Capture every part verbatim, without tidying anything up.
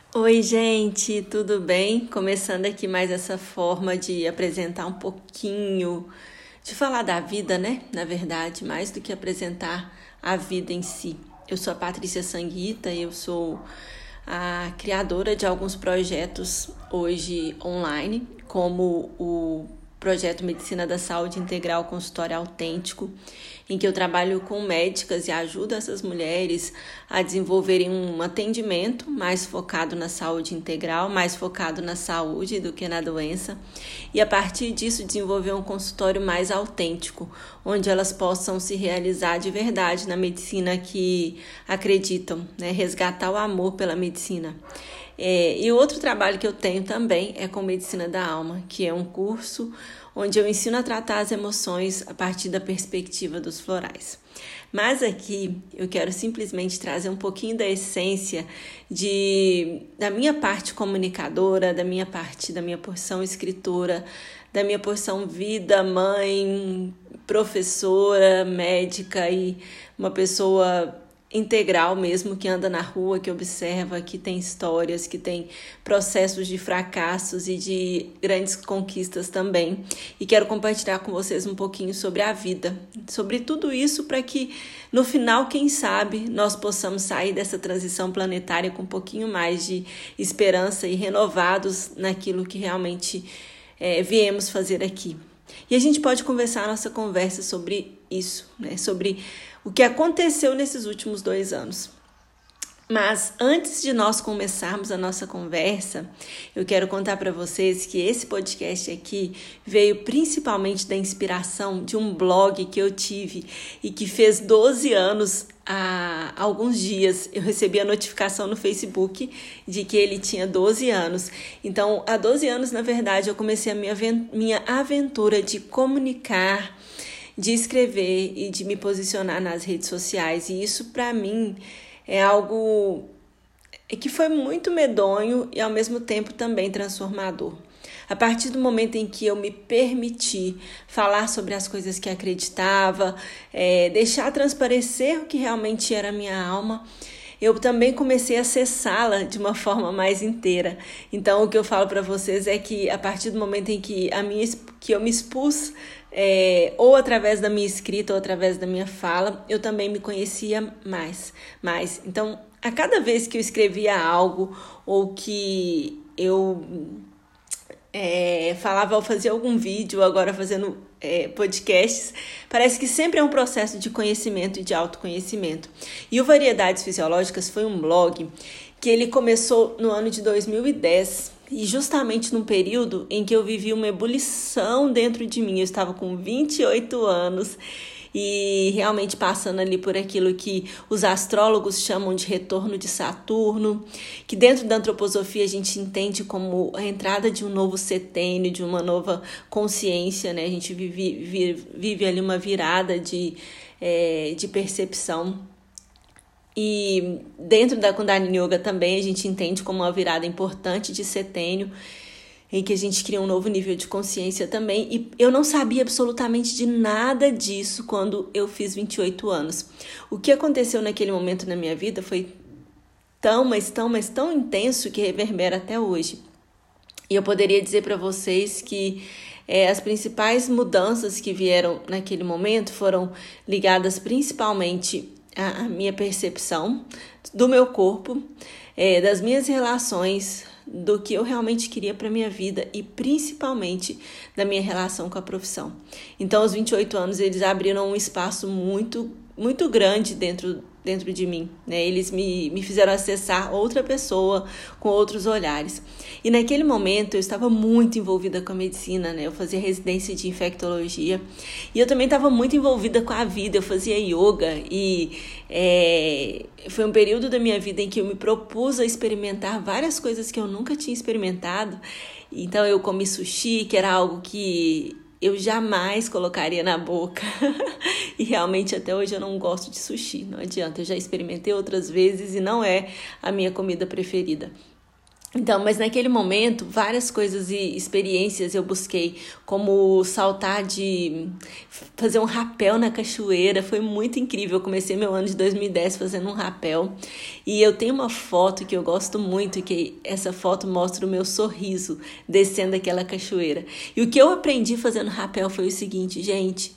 Oi, gente, tudo bem? Começando aqui mais essa forma de apresentar um pouquinho, de falar da vida, né? Na verdade, mais do que apresentar a vida em si. Eu sou a Patrícia Sanguita, eu sou a criadora de alguns projetos hoje online, como o projeto Medicina da Saúde Integral Consultório Autêntico, em que eu trabalho com médicas e ajudo essas mulheres a desenvolverem um atendimento mais focado na saúde integral, mais focado na saúde do que na doença, e a partir disso desenvolver um consultório mais autêntico, onde elas possam se realizar de verdade na medicina que acreditam, né? Resgatar o amor pela medicina. É, e o outro trabalho que eu tenho também é com Medicina da Alma, que é um curso onde eu ensino a tratar as emoções a partir da perspectiva dos florais. Mas aqui eu quero simplesmente trazer um pouquinho da essência de, da minha parte comunicadora, da minha parte, da minha porção escritora, da minha porção vida, mãe, professora, médica e uma pessoa integral mesmo, que anda na rua, que observa, que tem histórias, que tem processos de fracassos e de grandes conquistas também. E quero compartilhar com vocês um pouquinho sobre a vida, sobre tudo isso, para que no final, quem sabe, nós possamos sair dessa transição planetária com um pouquinho mais de esperança e renovados naquilo que realmente é, viemos fazer aqui. E a gente pode conversar a nossa conversa sobre isso, né? Sobre o que aconteceu nesses últimos dois anos. Mas antes de nós começarmos a nossa conversa, eu quero contar para vocês que esse podcast aqui veio principalmente da inspiração de um blog que eu tive e que fez doze anos há alguns dias. Eu recebi a notificação no Facebook de que ele tinha doze anos. Então, há doze anos, na verdade, eu comecei a minha aventura de comunicar, de escrever e de me posicionar nas redes sociais. E isso, para mim, é algo que foi muito medonho e, ao mesmo tempo, também transformador. A partir do momento em que eu me permiti falar sobre as coisas que acreditava, é, deixar transparecer o que realmente era a minha alma, eu também comecei a acessá-la de uma forma mais inteira. Então, o que eu falo para vocês é que, a partir do momento em que, a minha, que eu me expus, É, ou através da minha escrita ou através da minha fala, eu também me conhecia mais, mais. Então, a cada vez que eu escrevia algo ou que eu é, falava ou fazia algum vídeo, agora fazendo é, podcasts, parece que sempre é um processo de conhecimento e de autoconhecimento. E o Variedades Fisiológicas foi um blog que ele começou no ano de dois mil e dez, e justamente num período em que eu vivi uma ebulição dentro de mim. Eu estava com vinte e oito anos e realmente passando ali por aquilo que os astrólogos chamam de retorno de Saturno, que dentro da antroposofia a gente entende como a entrada de um novo setênio, de uma nova consciência, né? A gente vive, vive, vive ali uma virada de, é, de percepção. E dentro da Kundalini Yoga também a gente entende como uma virada importante de setênio, em que a gente cria um novo nível de consciência também. E eu não sabia absolutamente de nada disso quando eu fiz vinte e oito anos. O que aconteceu naquele momento na minha vida foi tão, mas tão, mas tão intenso que reverbera até hoje. E eu poderia dizer para vocês que é, as principais mudanças que vieram naquele momento foram ligadas principalmente a minha percepção do meu corpo, é, das minhas relações, do que eu realmente queria para minha vida e principalmente da minha relação com a profissão. Então, aos vinte e oito anos, eles abriram um espaço muito, muito grande dentro, dentro de mim, né? Eles me, me fizeram acessar outra pessoa com outros olhares. E naquele momento eu estava muito envolvida com a medicina, né? Eu fazia residência de infectologia e eu também estava muito envolvida com a vida. Eu fazia yoga e é, foi um período da minha vida em que eu me propus a experimentar várias coisas que eu nunca tinha experimentado. Então eu comi sushi, que era algo que eu jamais colocaria na boca. E realmente até hoje eu não gosto de sushi, não adianta. Eu já experimentei outras vezes e não é a minha comida preferida. Então, mas naquele momento, várias coisas e experiências eu busquei, como saltar de fazer um rapel na cachoeira, foi muito incrível. Eu comecei meu ano de dois mil e dez fazendo um rapel, e eu tenho uma foto que eu gosto muito, que essa foto mostra o meu sorriso descendo aquela cachoeira. E o que eu aprendi fazendo rapel foi o seguinte, gente...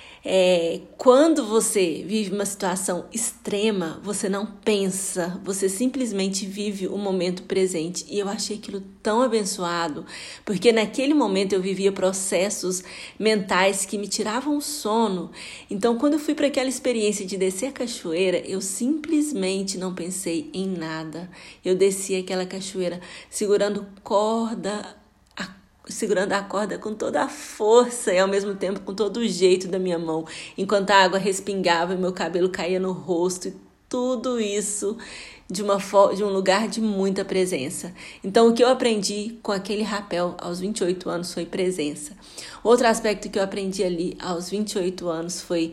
É, quando você vive uma situação extrema, você não pensa, você simplesmente vive o momento presente. E eu achei aquilo tão abençoado, porque naquele momento eu vivia processos mentais que me tiravam o sono. Então, quando eu fui para aquela experiência de descer a cachoeira, eu simplesmente não pensei em nada. Eu desci aquela cachoeira segurando corda, segurando a corda com toda a força e ao mesmo tempo com todo o jeito da minha mão, enquanto a água respingava e meu cabelo caía no rosto, e tudo isso de, uma fo- de um lugar de muita presença. Então, o que eu aprendi com aquele rapel aos vinte e oito anos foi presença. Outro aspecto que eu aprendi ali aos vinte e oito anos foi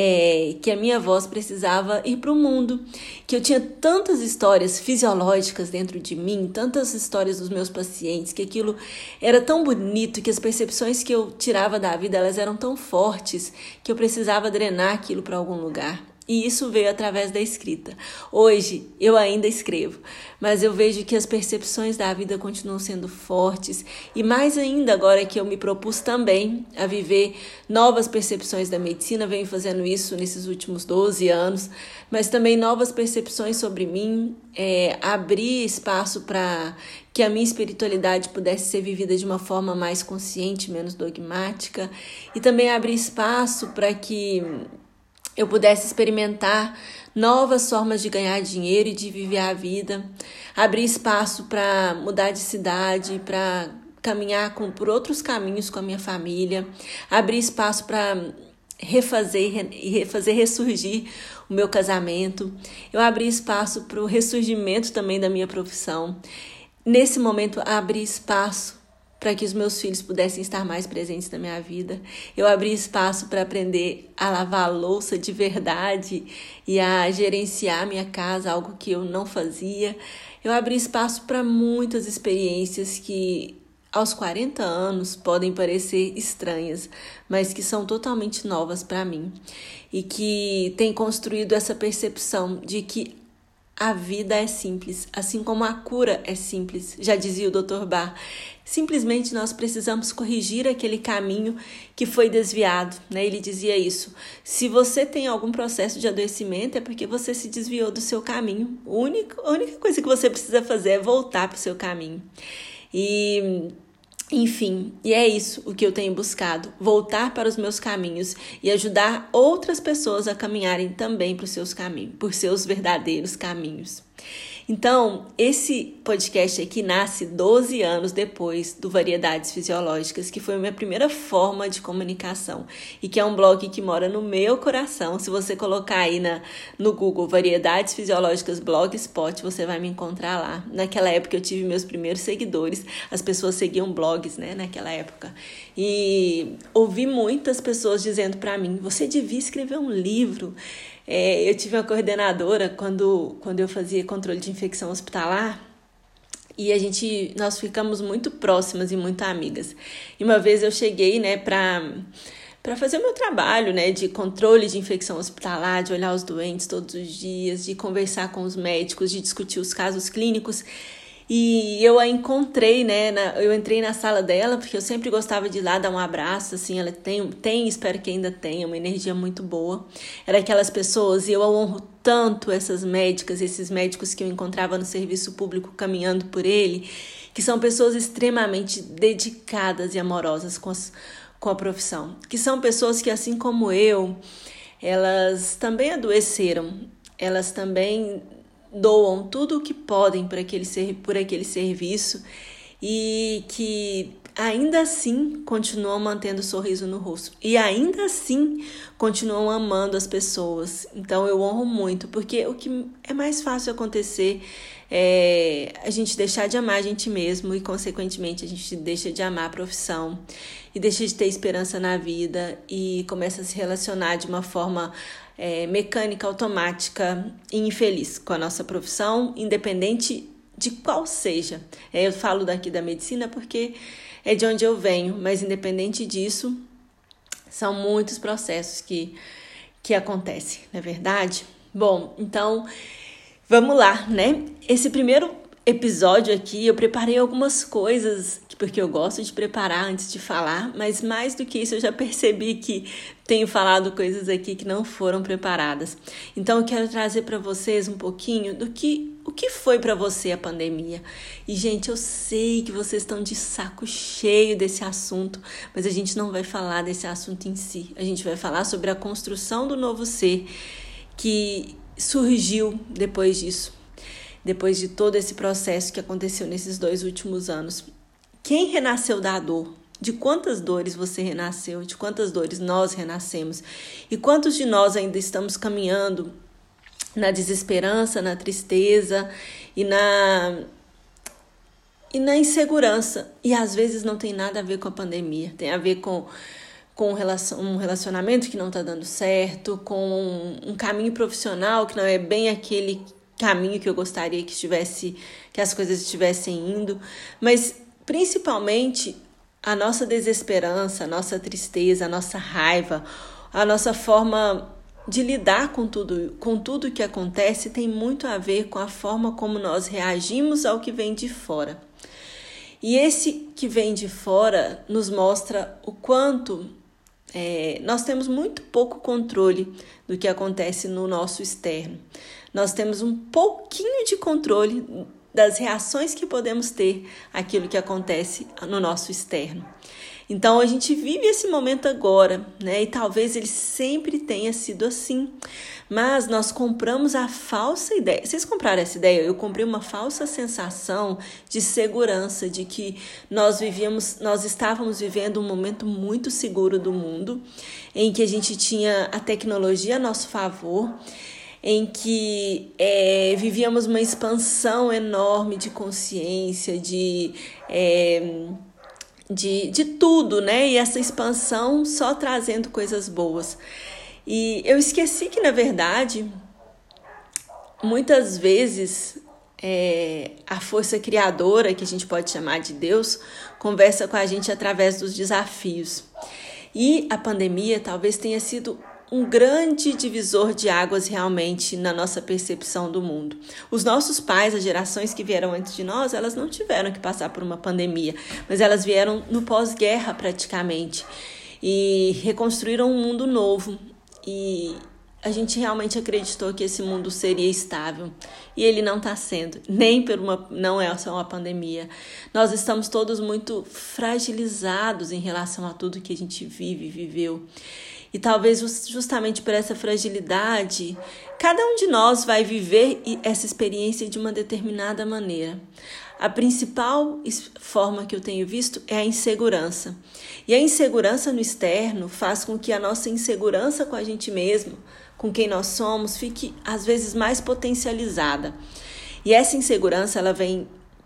é, que a minha voz precisava ir para o mundo, que eu tinha tantas histórias fisiológicas dentro de mim, tantas histórias dos meus pacientes, que aquilo era tão bonito, que as percepções que eu tirava da vida, elas eram tão fortes, que eu precisava drenar aquilo para algum lugar. E isso veio através da escrita. Hoje, eu ainda escrevo, mas eu vejo que as percepções da vida continuam sendo fortes, e mais ainda agora que eu me propus também a viver novas percepções da medicina, venho fazendo isso nesses últimos doze anos, mas também novas percepções sobre mim, é, abrir espaço para que a minha espiritualidade pudesse ser vivida de uma forma mais consciente, menos dogmática, e também abrir espaço para que eu pudesse experimentar novas formas de ganhar dinheiro e de viver a vida, abrir espaço para mudar de cidade, para caminhar com, por outros caminhos com a minha família, abrir espaço para refazer e refazer ressurgir o meu casamento. Eu abri espaço para o ressurgimento também da minha profissão. Nesse momento, abri espaço para que os meus filhos pudessem estar mais presentes na minha vida. Eu abri espaço para aprender a lavar a louça de verdade e a gerenciar a minha casa, algo que eu não fazia. Eu abri espaço para muitas experiências que aos quarenta anos podem parecer estranhas, mas que são totalmente novas para mim e que têm construído essa percepção de que a vida é simples, assim como a cura é simples, já dizia o doutor Bach. Simplesmente nós precisamos corrigir aquele caminho que foi desviado, né? Ele dizia isso. Se você tem algum processo de adoecimento, é porque você se desviou do seu caminho. A única, a única coisa que você precisa fazer é voltar para o seu caminho. E... Enfim, e é isso o que eu tenho buscado, voltar para os meus caminhos e ajudar outras pessoas a caminharem também para os seus caminhos, por seus verdadeiros caminhos. Então, esse podcast aqui nasce doze anos depois do Variedades Fisiológicas, que foi a minha primeira forma de comunicação e que é um blog que mora no meu coração. Se você colocar aí na, no Google Variedades Fisiológicas Blogspot, você vai me encontrar lá. Naquela época eu tive meus primeiros seguidores, as pessoas seguiam blogs, né, naquela época. E ouvi muitas pessoas dizendo para mim, você devia escrever um livro. É, eu tive uma coordenadora quando, quando eu fazia controle de infecção hospitalar e a gente, nós ficamos muito próximas e muito amigas. E uma vez eu cheguei, né, para para fazer o meu trabalho, né, de controle de infecção hospitalar, de olhar os doentes todos os dias, de conversar com os médicos, de discutir os casos clínicos. E eu a encontrei, né, na, eu entrei na sala dela, porque eu sempre gostava de ir lá dar um abraço, assim, ela tem, tem, espero que ainda tenha, uma energia muito boa. Era aquelas pessoas, e eu honro tanto essas médicas, esses médicos que eu encontrava no serviço público caminhando por ele, que são pessoas extremamente dedicadas e amorosas com, as, com a profissão. Que são pessoas que, assim como eu, elas também adoeceram, elas também doam tudo o que podem por aquele, por aquele serviço e que ainda assim continuam mantendo o sorriso no rosto e ainda assim continuam amando as pessoas. Então eu honro muito, porque o que é mais fácil acontecer é a gente deixar de amar a gente mesmo e consequentemente a gente deixa de amar a profissão e deixa de ter esperança na vida e começa a se relacionar de uma forma É, mecânica, automática e infeliz com a nossa profissão, independente de qual seja. É, eu falo daqui da medicina porque é de onde eu venho, mas independente disso, são muitos processos que, que acontecem, não é verdade? Bom, então, vamos lá, né? Esse primeiro episódio aqui, eu preparei algumas coisas, porque eu gosto de preparar antes de falar, mas mais do que isso, eu já percebi que tenho falado coisas aqui que não foram preparadas. Então, eu quero trazer para vocês um pouquinho do que, o que foi para você a pandemia. E, gente, eu sei que vocês estão de saco cheio desse assunto, mas a gente não vai falar desse assunto em si. A gente vai falar sobre a construção do novo ser que surgiu depois disso. Depois de todo esse processo que aconteceu nesses dois últimos anos. Quem renasceu da dor? De quantas dores você renasceu? De quantas dores nós renascemos? E quantos de nós ainda estamos caminhando na desesperança, na tristeza e na, e na insegurança? E às vezes não tem nada a ver com a pandemia. Tem a ver com, com um relacionamento que não está dando certo, com um caminho profissional que não é bem aquele caminho que eu gostaria que estivesse, que as coisas estivessem indo, mas principalmente a nossa desesperança, a nossa tristeza, a nossa raiva, a nossa forma de lidar com tudo, com tudo que acontece tem muito a ver com a forma como nós reagimos ao que vem de fora. E esse que vem de fora nos mostra o quanto é, nós temos muito pouco controle do que acontece no nosso externo. Nós temos um pouquinho de controle das reações que podemos ter àquilo que acontece no nosso externo. Então, a gente vive esse momento agora, né? E talvez ele sempre tenha sido assim. Mas nós compramos a falsa ideia. Vocês compraram essa ideia? Eu comprei uma falsa sensação de segurança, de que nós vivíamos, nós estávamos vivendo um momento muito seguro do mundo, em que a gente tinha a tecnologia a nosso favor, em que é, vivíamos uma expansão enorme de consciência, de, é, de, de tudo, né? E essa expansão só trazendo coisas boas. E eu esqueci que, na verdade, muitas vezes é, a força criadora, que a gente pode chamar de Deus, conversa com a gente através dos desafios. E a pandemia talvez tenha sido um grande divisor de águas realmente na nossa percepção do mundo. Os nossos pais, as gerações que vieram antes de nós, elas não tiveram que passar por uma pandemia, mas elas vieram no pós-guerra praticamente e reconstruíram um mundo novo. E a gente realmente acreditou que esse mundo seria estável e ele não está sendo, nem por uma, não é só uma pandemia. Nós estamos todos muito fragilizados em relação a tudo que a gente vive, viveu. E talvez justamente por essa fragilidade, cada um de nós vai viver essa experiência de uma determinada maneira. A principal forma que eu tenho visto é a insegurança. E a insegurança no externo faz com que a nossa insegurança com a gente mesmo, com quem nós somos, fique às vezes mais potencializada. E essa insegurança ela vem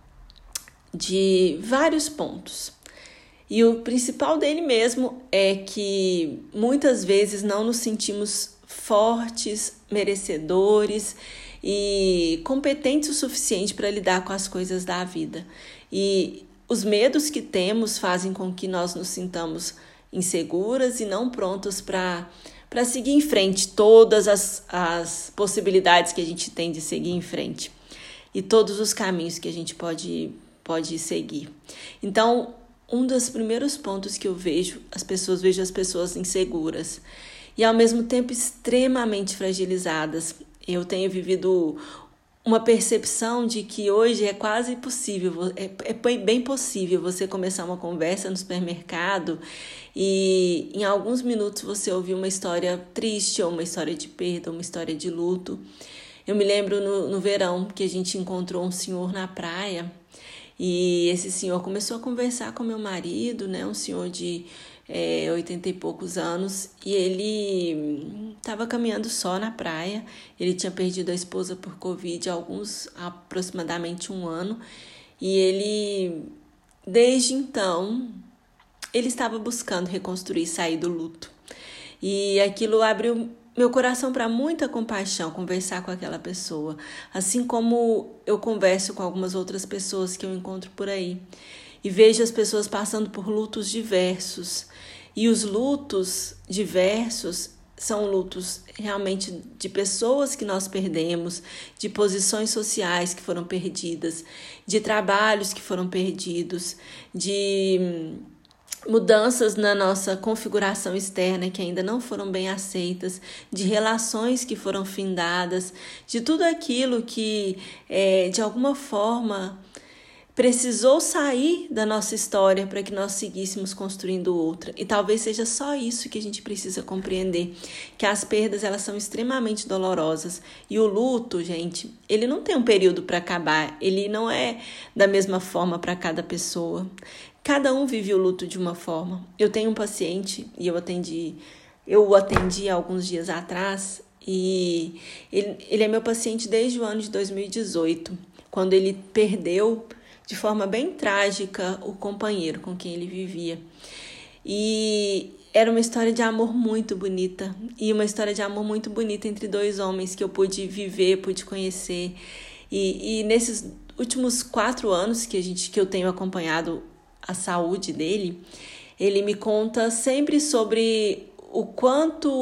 de vários pontos. E o principal dele mesmo é que muitas vezes não nos sentimos fortes, merecedores e competentes o suficiente para lidar com as coisas da vida. E os medos que temos fazem com que nós nos sintamos inseguras e não prontos para para seguir em frente todas as, as possibilidades que a gente tem de seguir em frente e todos os caminhos que a gente pode, pode seguir. Então, um dos primeiros pontos que eu vejo, as pessoas vejo as pessoas inseguras e ao mesmo tempo extremamente fragilizadas. Eu tenho vivido uma percepção de que hoje é quase possível, é, é bem possível você começar uma conversa no supermercado e em alguns minutos você ouvir uma história triste, ou uma história de perda, ou uma história de luto. Eu me lembro no, no verão que a gente encontrou um senhor na praia e esse senhor começou a conversar com meu marido, né, um senhor de é, oitenta e poucos anos, e ele estava caminhando só na praia. Ele tinha perdido a esposa por Covid há alguns, aproximadamente um ano, e ele, desde então, ele estava buscando reconstruir, sair do luto. E aquilo abriu meu coração para muita compaixão conversar com aquela pessoa, assim como eu converso com algumas outras pessoas que eu encontro por aí. E vejo as pessoas passando por lutos diversos. E os lutos diversos são lutos realmente de pessoas que nós perdemos, de posições sociais que foram perdidas, de trabalhos que foram perdidos, de mudanças na nossa configuração externa que ainda não foram bem aceitas, de relações que foram findadas, de tudo aquilo que, é, de alguma forma, precisou sair da nossa história para que nós seguíssemos construindo outra. E talvez seja só isso que a gente precisa compreender, que as perdas elas são extremamente dolorosas. E o luto, gente, ele não tem um período para acabar, ele não é da mesma forma para cada pessoa. Cada um vive o luto de uma forma. Eu tenho um paciente e eu atendi, eu o atendi há alguns dias atrás e ele, ele é meu paciente desde o ano de dois mil e dezoito, quando ele perdeu de forma bem trágica o companheiro com quem ele vivia. E era uma história de amor muito bonita, e uma história de amor muito bonita entre dois homens que eu pude viver, pude conhecer. E, e nesses últimos quatro anos que, a gente, que eu tenho acompanhado a saúde dele, ele me conta sempre sobre o quanto,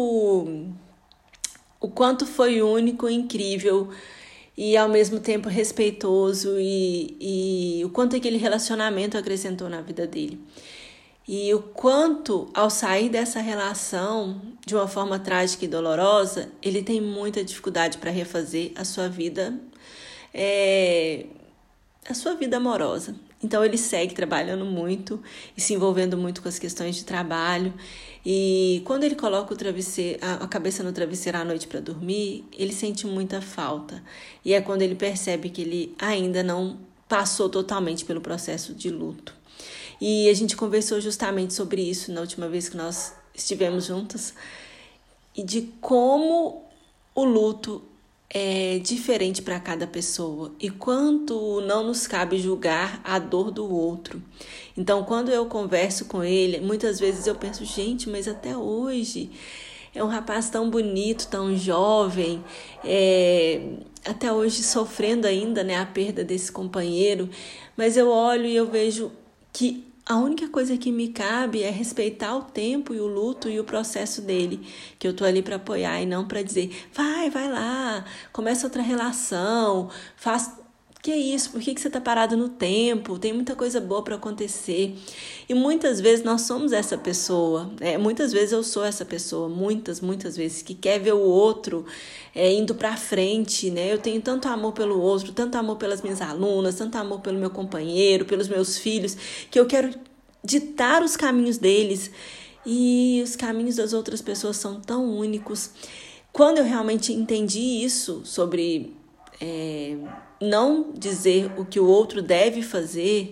o quanto foi único, incrível, e ao mesmo tempo respeitoso, e, e o quanto aquele relacionamento acrescentou na vida dele. E o quanto, ao sair dessa relação de uma forma trágica e dolorosa, ele tem muita dificuldade para refazer a sua vida, é, a sua vida amorosa. Então ele segue trabalhando muito e se envolvendo muito com as questões de trabalho. E quando ele coloca o travesseiro, a cabeça no travesseiro à noite para dormir, ele sente muita falta. E é quando ele percebe que ele ainda não passou totalmente pelo processo de luto. E a gente conversou justamente sobre isso na última vez que nós estivemos juntas, e de como o luto é diferente para cada pessoa e quanto não nos cabe julgar a dor do outro. Então, quando eu converso com ele, muitas vezes eu penso, gente, mas até hoje é um rapaz tão bonito, tão jovem, é, até hoje sofrendo ainda, né, a perda desse companheiro, mas eu olho e eu vejo que a única coisa que me cabe é respeitar o tempo e o luto e o processo dele, que eu tô ali para apoiar e não para dizer, vai, vai lá, começa outra relação, faz... Que isso? Por que que você tá parado no tempo? Tem muita coisa boa para acontecer. E muitas vezes nós somos essa pessoa, né? Muitas vezes eu sou essa pessoa, muitas, muitas vezes, que quer ver o outro é, indo para frente, né? Eu tenho tanto amor pelo outro, tanto amor pelas minhas alunas, tanto amor pelo meu companheiro, pelos meus filhos, que eu quero ditar os caminhos deles. E os caminhos das outras pessoas são tão únicos. Quando eu realmente entendi isso sobre... É, não dizer o que o outro deve fazer,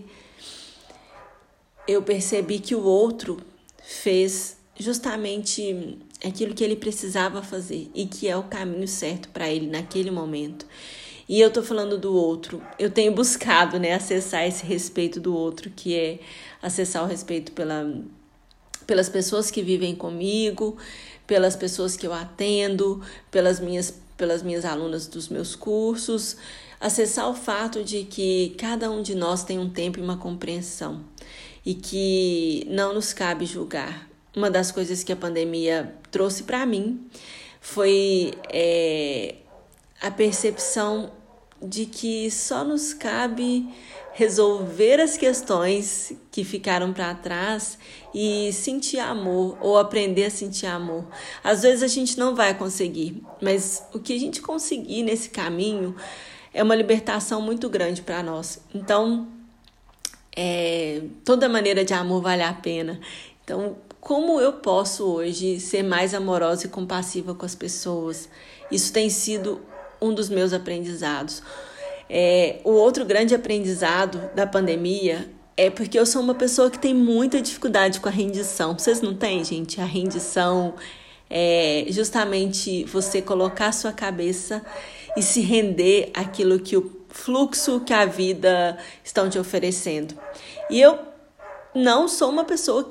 eu percebi que o outro fez justamente aquilo que ele precisava fazer e que é o caminho certo para ele naquele momento. E eu tô falando do outro, eu tenho buscado, né, acessar esse respeito do outro, que é acessar o respeito pela, pelas pessoas que vivem comigo, pelas pessoas que eu atendo, pelas minhas, pelas minhas alunas dos meus cursos, acessar o fato de que cada um de nós tem um tempo e uma compreensão e que não nos cabe julgar. Uma das coisas que a pandemia trouxe para mim foi é, a percepção de que só nos cabe resolver as questões que ficaram para trás e sentir amor, ou aprender a sentir amor. Às vezes a gente não vai conseguir, mas o que a gente conseguir nesse caminho é uma libertação muito grande para nós. Então, é, toda maneira de amor vale a pena. Então, como eu posso hoje ser mais amorosa e compassiva com as pessoas? Isso tem sido um dos meus aprendizados. É, o outro grande aprendizado da pandemia é porque eu sou uma pessoa que tem muita dificuldade com a rendição. Vocês não têm, gente? A rendição é justamente você colocar a sua cabeça e se render àquilo que o fluxo que a vida estão te oferecendo. E eu não sou uma pessoa que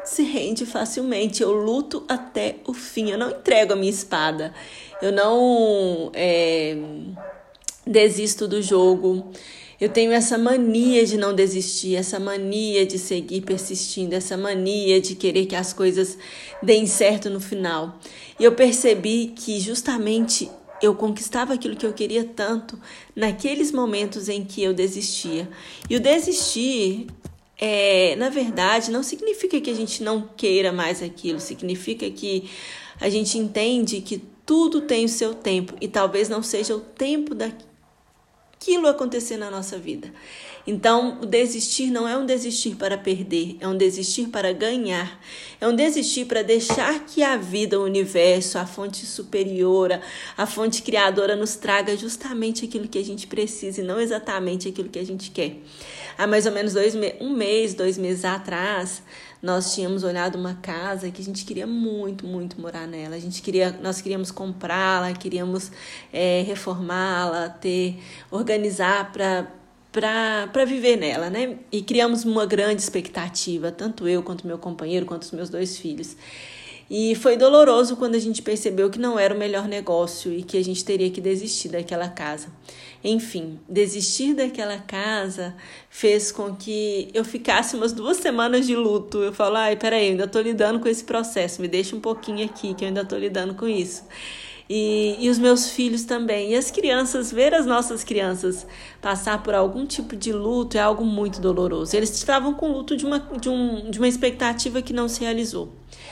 se rende facilmente. Eu luto até o fim. Eu não entrego a minha espada. Eu não é, desisto do jogo. Eu tenho essa mania de não desistir, essa mania de seguir persistindo, essa mania de querer que as coisas deem certo no final. E eu percebi que justamente eu conquistava aquilo que eu queria tanto naqueles momentos em que eu desistia. E o desistir, é, na verdade, não significa que a gente não queira mais aquilo, significa que a gente entende que tudo tem o seu tempo e talvez não seja o tempo daquilo. aquilo acontecer na nossa vida. Então, o desistir não é um desistir para perder, é um desistir para ganhar. É um desistir para deixar que a vida, o universo, a fonte superior, a fonte criadora nos traga justamente aquilo que a gente precisa e não exatamente aquilo que a gente quer. Há mais ou menos dois, um mês, dois meses atrás, nós tínhamos olhado uma casa que a gente queria muito, muito morar nela. A gente queria, nós queríamos comprá-la, queríamos é, reformá-la, ter, organizar para para viver nela, né? E criamos uma grande expectativa, tanto eu quanto meu companheiro, quanto os meus dois filhos. E foi doloroso quando a gente percebeu que não era o melhor negócio e que a gente teria que desistir daquela casa. Enfim, desistir daquela casa fez com que eu ficasse umas duas semanas de luto. Eu falo, ai, peraí, eu ainda tô lidando com esse processo, me deixa um pouquinho aqui que eu ainda tô lidando com isso. E, e os meus filhos também. E as crianças, ver as nossas crianças passar por algum tipo de luto é algo muito doloroso. Eles estavam com luto de uma, de um, de uma expectativa que não se realizou.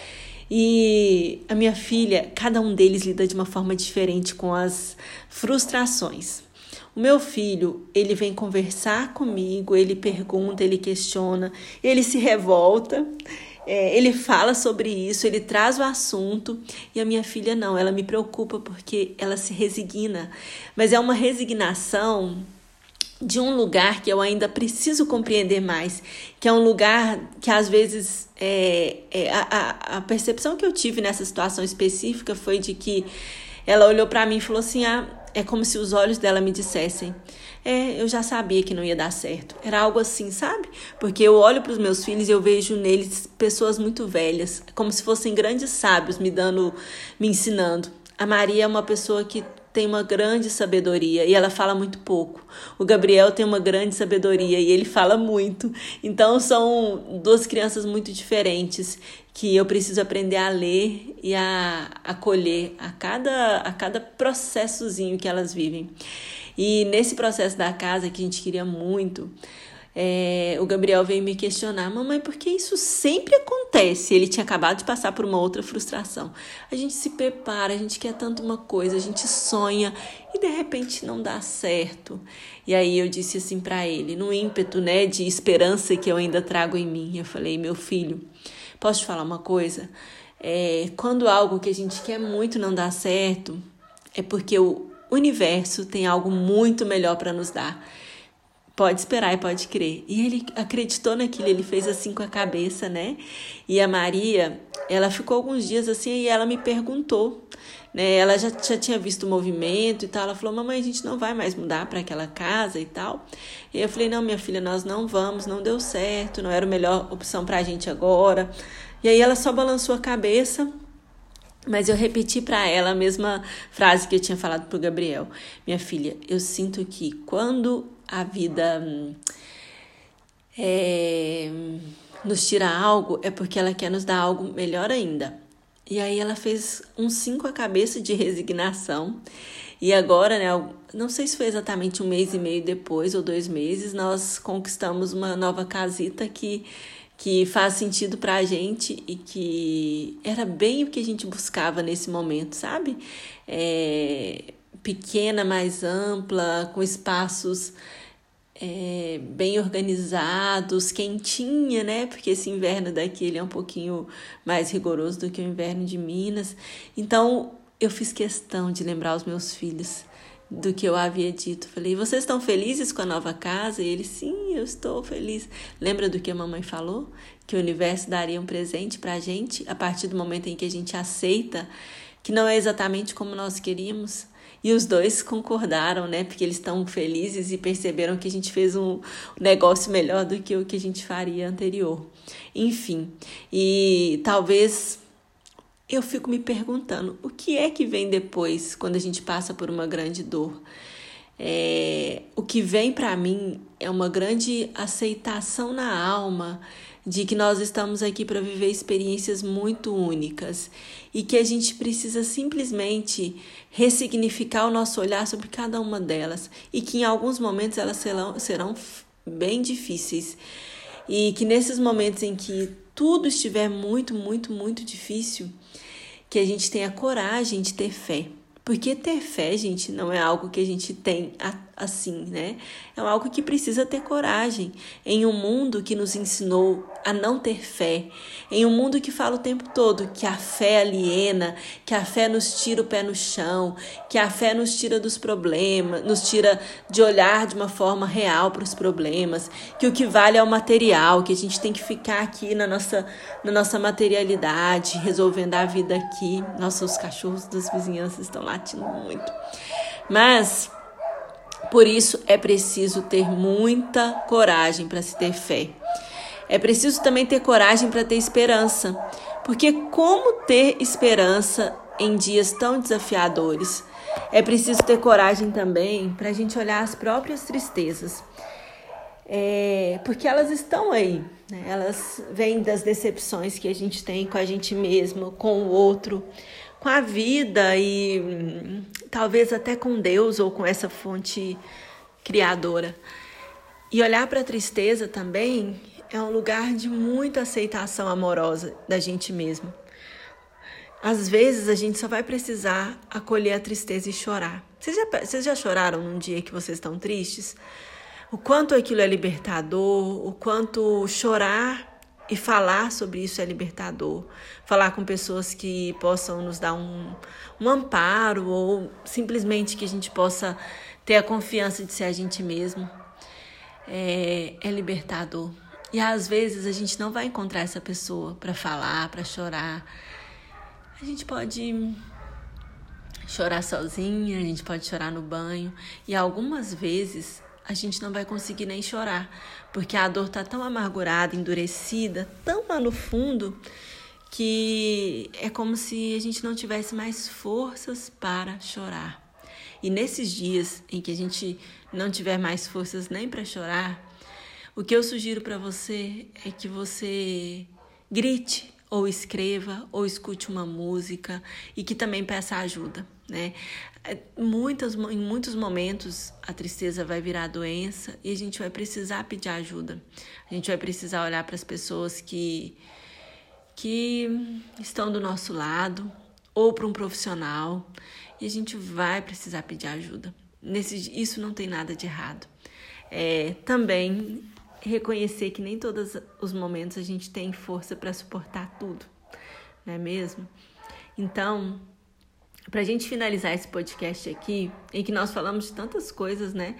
E a minha filha, cada um deles lida de uma forma diferente com as frustrações. O meu filho, ele vem conversar comigo, ele pergunta, ele questiona, ele se revolta, é, ele fala sobre isso, ele traz o assunto. E a minha filha não, ela me preocupa porque ela se resigna. Mas é uma resignação de um lugar que eu ainda preciso compreender mais, que é um lugar que às vezes é, é, a, a percepção que eu tive nessa situação específica foi de que ela olhou para mim e falou assim, ah, é como se os olhos dela me dissessem, é, eu já sabia que não ia dar certo. Era algo assim, sabe? Porque eu olho para os meus filhos e eu vejo neles pessoas muito velhas, como se fossem grandes sábios me dando, me ensinando. A Maria é uma pessoa que tem uma grande sabedoria e ela fala muito pouco. O Gabriel tem uma grande sabedoria e ele fala muito. Então são duas crianças muito diferentes que eu preciso aprender a ler e a acolher a cada, a cada processozinho que elas vivem. E nesse processo da casa que a gente queria muito, É, o Gabriel veio me questionar, mamãe, por que isso sempre acontece? Ele tinha acabado de passar por uma outra frustração. A gente se prepara, a gente quer tanto uma coisa, a gente sonha e de repente não dá certo. E aí eu disse assim para ele, no ímpeto, né, de esperança que eu ainda trago em mim, eu falei, meu filho, posso te falar uma coisa? É, quando algo que a gente quer muito não dá certo, é porque o universo tem algo muito melhor para nos dar. Pode esperar e pode crer. E ele acreditou naquilo, ele fez assim com a cabeça, né? E a Maria, ela ficou alguns dias assim e ela me perguntou, né? Ela já, já tinha visto o movimento e tal. Ela falou, mamãe, a gente não vai mais mudar para aquela casa e tal. E eu falei, não, minha filha, nós não vamos, não deu certo, não era a melhor opção para a gente agora. E aí ela só balançou a cabeça. Mas eu repeti para ela a mesma frase que eu tinha falado para o Gabriel. Minha filha, eu sinto que quando a vida é, nos tira algo, é porque ela quer nos dar algo melhor ainda. E aí ela fez um cinco a cabeça de resignação. E agora, né, não sei se foi exatamente um mês e meio depois ou dois meses, nós conquistamos uma nova casita que... que faz sentido pra gente e que era bem o que a gente buscava nesse momento, sabe? É, pequena, mais ampla, com espaços é, bem organizados, quentinha, né? Porque esse inverno daqui ele é um pouquinho mais rigoroso do que o inverno de Minas. Então, eu fiz questão de lembrar os meus filhos do que eu havia dito. Falei, vocês estão felizes com a nova casa? E ele, sim, eu estou feliz. Lembra do que a mamãe falou? Que o universo daria um presente pra gente a partir do momento em que a gente aceita que não é exatamente como nós queríamos. E os dois concordaram, né? Porque eles estão felizes e perceberam que a gente fez um negócio melhor do que o que a gente faria anterior. Enfim, e talvez eu fico me perguntando, o que é que vem depois quando a gente passa por uma grande dor? É, o que vem para mim é uma grande aceitação na alma de que nós estamos aqui para viver experiências muito únicas e que a gente precisa simplesmente ressignificar o nosso olhar sobre cada uma delas e que em alguns momentos elas serão, serão bem difíceis e que nesses momentos em que tudo estiver muito, muito, muito difícil, que a gente tenha coragem de ter fé. Porque ter fé, gente, não é algo que a gente tem assim, né? É algo que precisa ter coragem. Em um mundo que nos ensinou a não ter fé, em um mundo que fala o tempo todo que a fé aliena, que a fé nos tira o pé no chão, que a fé nos tira dos problemas, nos tira de olhar de uma forma real para os problemas, que o que vale é o material, que a gente tem que ficar aqui na nossa, na nossa materialidade, resolvendo a vida aqui. Nossa, os cachorros das vizinhanças estão latindo muito. Mas por isso é preciso ter muita coragem para se ter fé. É preciso também ter coragem para ter esperança. Porque como ter esperança em dias tão desafiadores? É preciso ter coragem também para a gente olhar as próprias tristezas. É, porque elas estão aí, né? Elas vêm das decepções que a gente tem com a gente mesmo, com o outro, com a vida e hum, talvez até com Deus ou com essa fonte criadora. E olhar para a tristeza também é um lugar de muita aceitação amorosa da gente mesmo. Às vezes a gente só vai precisar acolher a tristeza e chorar. Vocês já, vocês já choraram num dia que vocês estão tristes? O quanto aquilo é libertador, o quanto chorar e falar sobre isso é libertador. Falar com pessoas que possam nos dar um, um amparo ou simplesmente que a gente possa ter a confiança de ser a gente mesmo. É, é libertador. E às vezes a gente não vai encontrar essa pessoa para falar, para chorar. A gente pode chorar sozinha, a gente pode chorar no banho. E algumas vezes a gente não vai conseguir nem chorar, porque a dor está tão amargurada, endurecida, tão lá no fundo, que é como se a gente não tivesse mais forças para chorar. E nesses dias em que a gente não tiver mais forças nem para chorar, o que eu sugiro para você é que você grite, ou escreva, ou escute uma música e que também peça ajuda, né? Muitas, em muitos momentos a tristeza vai virar doença e a gente vai precisar pedir ajuda. A gente vai precisar olhar para as pessoas que, que estão do nosso lado ou para um profissional e a gente vai precisar pedir ajuda. Nesse, isso não tem nada de errado. É, também reconhecer que nem todos os momentos a gente tem força para suportar tudo, não é mesmo? Então, para a gente finalizar esse podcast aqui, em que nós falamos de tantas coisas, né?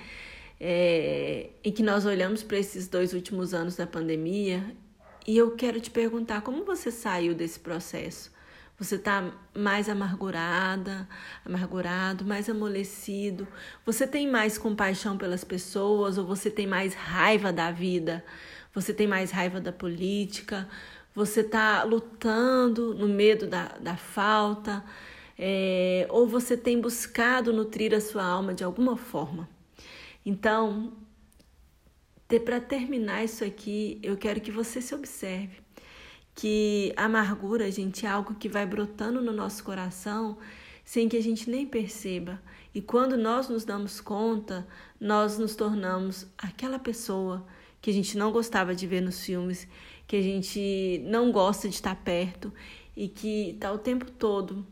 É, em que nós olhamos para esses dois últimos anos da pandemia, e eu quero te perguntar, como você saiu desse processo? Você está mais amargurada, amargurado, mais amolecido? Você tem mais compaixão pelas pessoas ou você tem mais raiva da vida? Você tem mais raiva da política? Você está lutando no medo da, da falta? É, ou você tem buscado nutrir a sua alma de alguma forma? Então, para terminar isso aqui, eu quero que você se observe. Que a amargura, gente, é algo que vai brotando no nosso coração sem que a gente nem perceba. E quando nós nos damos conta, nós nos tornamos aquela pessoa que a gente não gostava de ver nos filmes, que a gente não gosta de estar perto e que está o tempo todo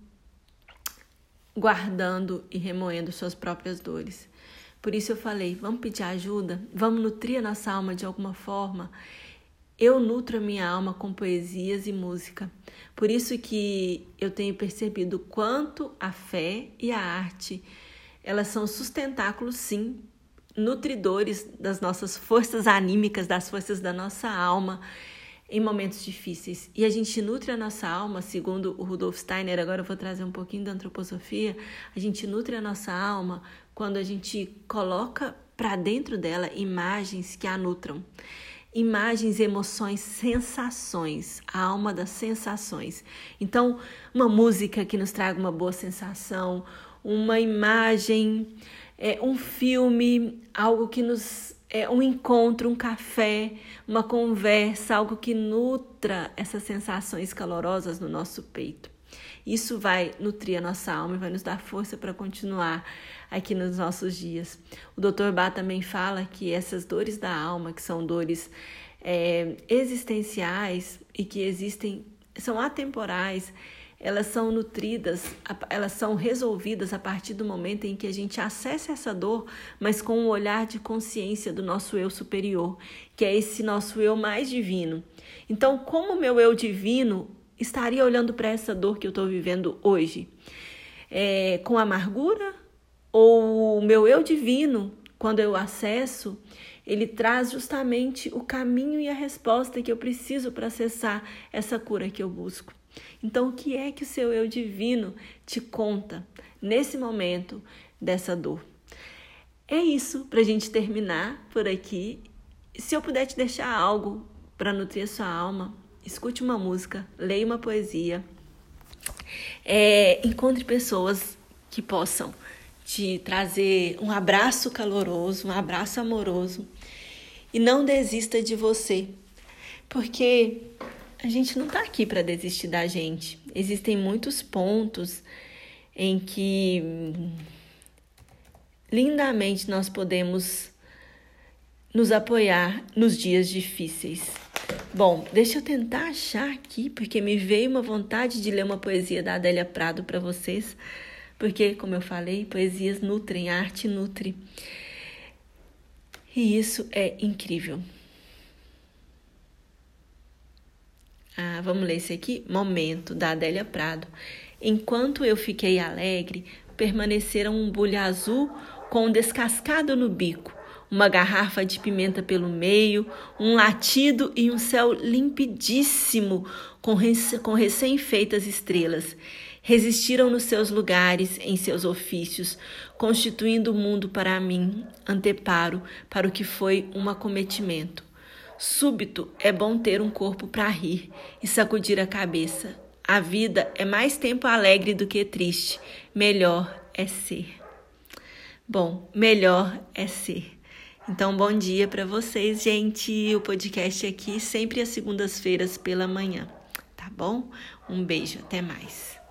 guardando e remoendo suas próprias dores. Por isso eu falei, vamos pedir ajuda? Vamos nutrir a nossa alma de alguma forma? Eu nutro a minha alma com poesias e música. Por isso que eu tenho percebido quanto a fé e a arte, elas são sustentáculos, sim, nutridores das nossas forças anímicas, das forças da nossa alma. em momentos difíceis. E a gente nutre a nossa alma, segundo o Rudolf Steiner, agora eu vou trazer um pouquinho da antroposofia, a gente nutre a nossa alma quando a gente coloca para dentro dela imagens que a nutram. Imagens, emoções, sensações, a alma das sensações. Então, uma música que nos traga uma boa sensação, uma imagem, é, um filme, algo que nos... É, um encontro, um café, uma conversa, algo que nutra essas sensações calorosas no nosso peito. Isso vai nutrir a nossa alma e vai nos dar força para continuar aqui nos nossos dias. O doutor Bá também fala que essas dores da alma, que são dores é, existenciais e que existem, são atemporais, elas são nutridas, elas são resolvidas a partir do momento em que a gente acessa essa dor, mas com um olhar de consciência do nosso eu superior, que é esse nosso eu mais divino. Então, como o meu eu divino estaria olhando para essa dor que eu estou vivendo hoje? É, com amargura? Ou o meu eu divino, quando eu acesso, ele traz justamente o caminho e a resposta que eu preciso para acessar essa cura que eu busco. Então, o que é que o seu eu divino te conta nesse momento dessa dor? É isso, para a gente terminar por aqui. Se eu puder te deixar algo para nutrir a sua alma, escute uma música, leia uma poesia, é, encontre pessoas que possam te trazer um abraço caloroso, um abraço amoroso, e não desista de você, porque a gente não está aqui para desistir da gente. Existem muitos pontos em que lindamente nós podemos nos apoiar nos dias difíceis. Bom, deixa eu tentar achar aqui, porque me veio uma vontade de ler uma poesia da Adélia Prado para vocês, porque, como eu falei, poesias nutrem, a arte nutre. E isso é incrível. Ah, vamos ler esse aqui? Momento, da Adélia Prado. Enquanto eu fiquei alegre, permaneceram um bule azul com um descascado no bico, uma garrafa de pimenta pelo meio, um latido e um céu limpidíssimo com, rec- com recém-feitas estrelas. Resistiram nos seus lugares, em seus ofícios, constituindo o mundo para mim, anteparo para o que foi um acometimento. Súbito é bom ter um corpo para rir e sacudir a cabeça. A vida é mais tempo alegre do que triste. Melhor é ser. Bom, melhor é ser. Então, bom dia para vocês, gente. O podcast aqui sempre às segundas-feiras pela manhã, tá bom? Um beijo, até mais.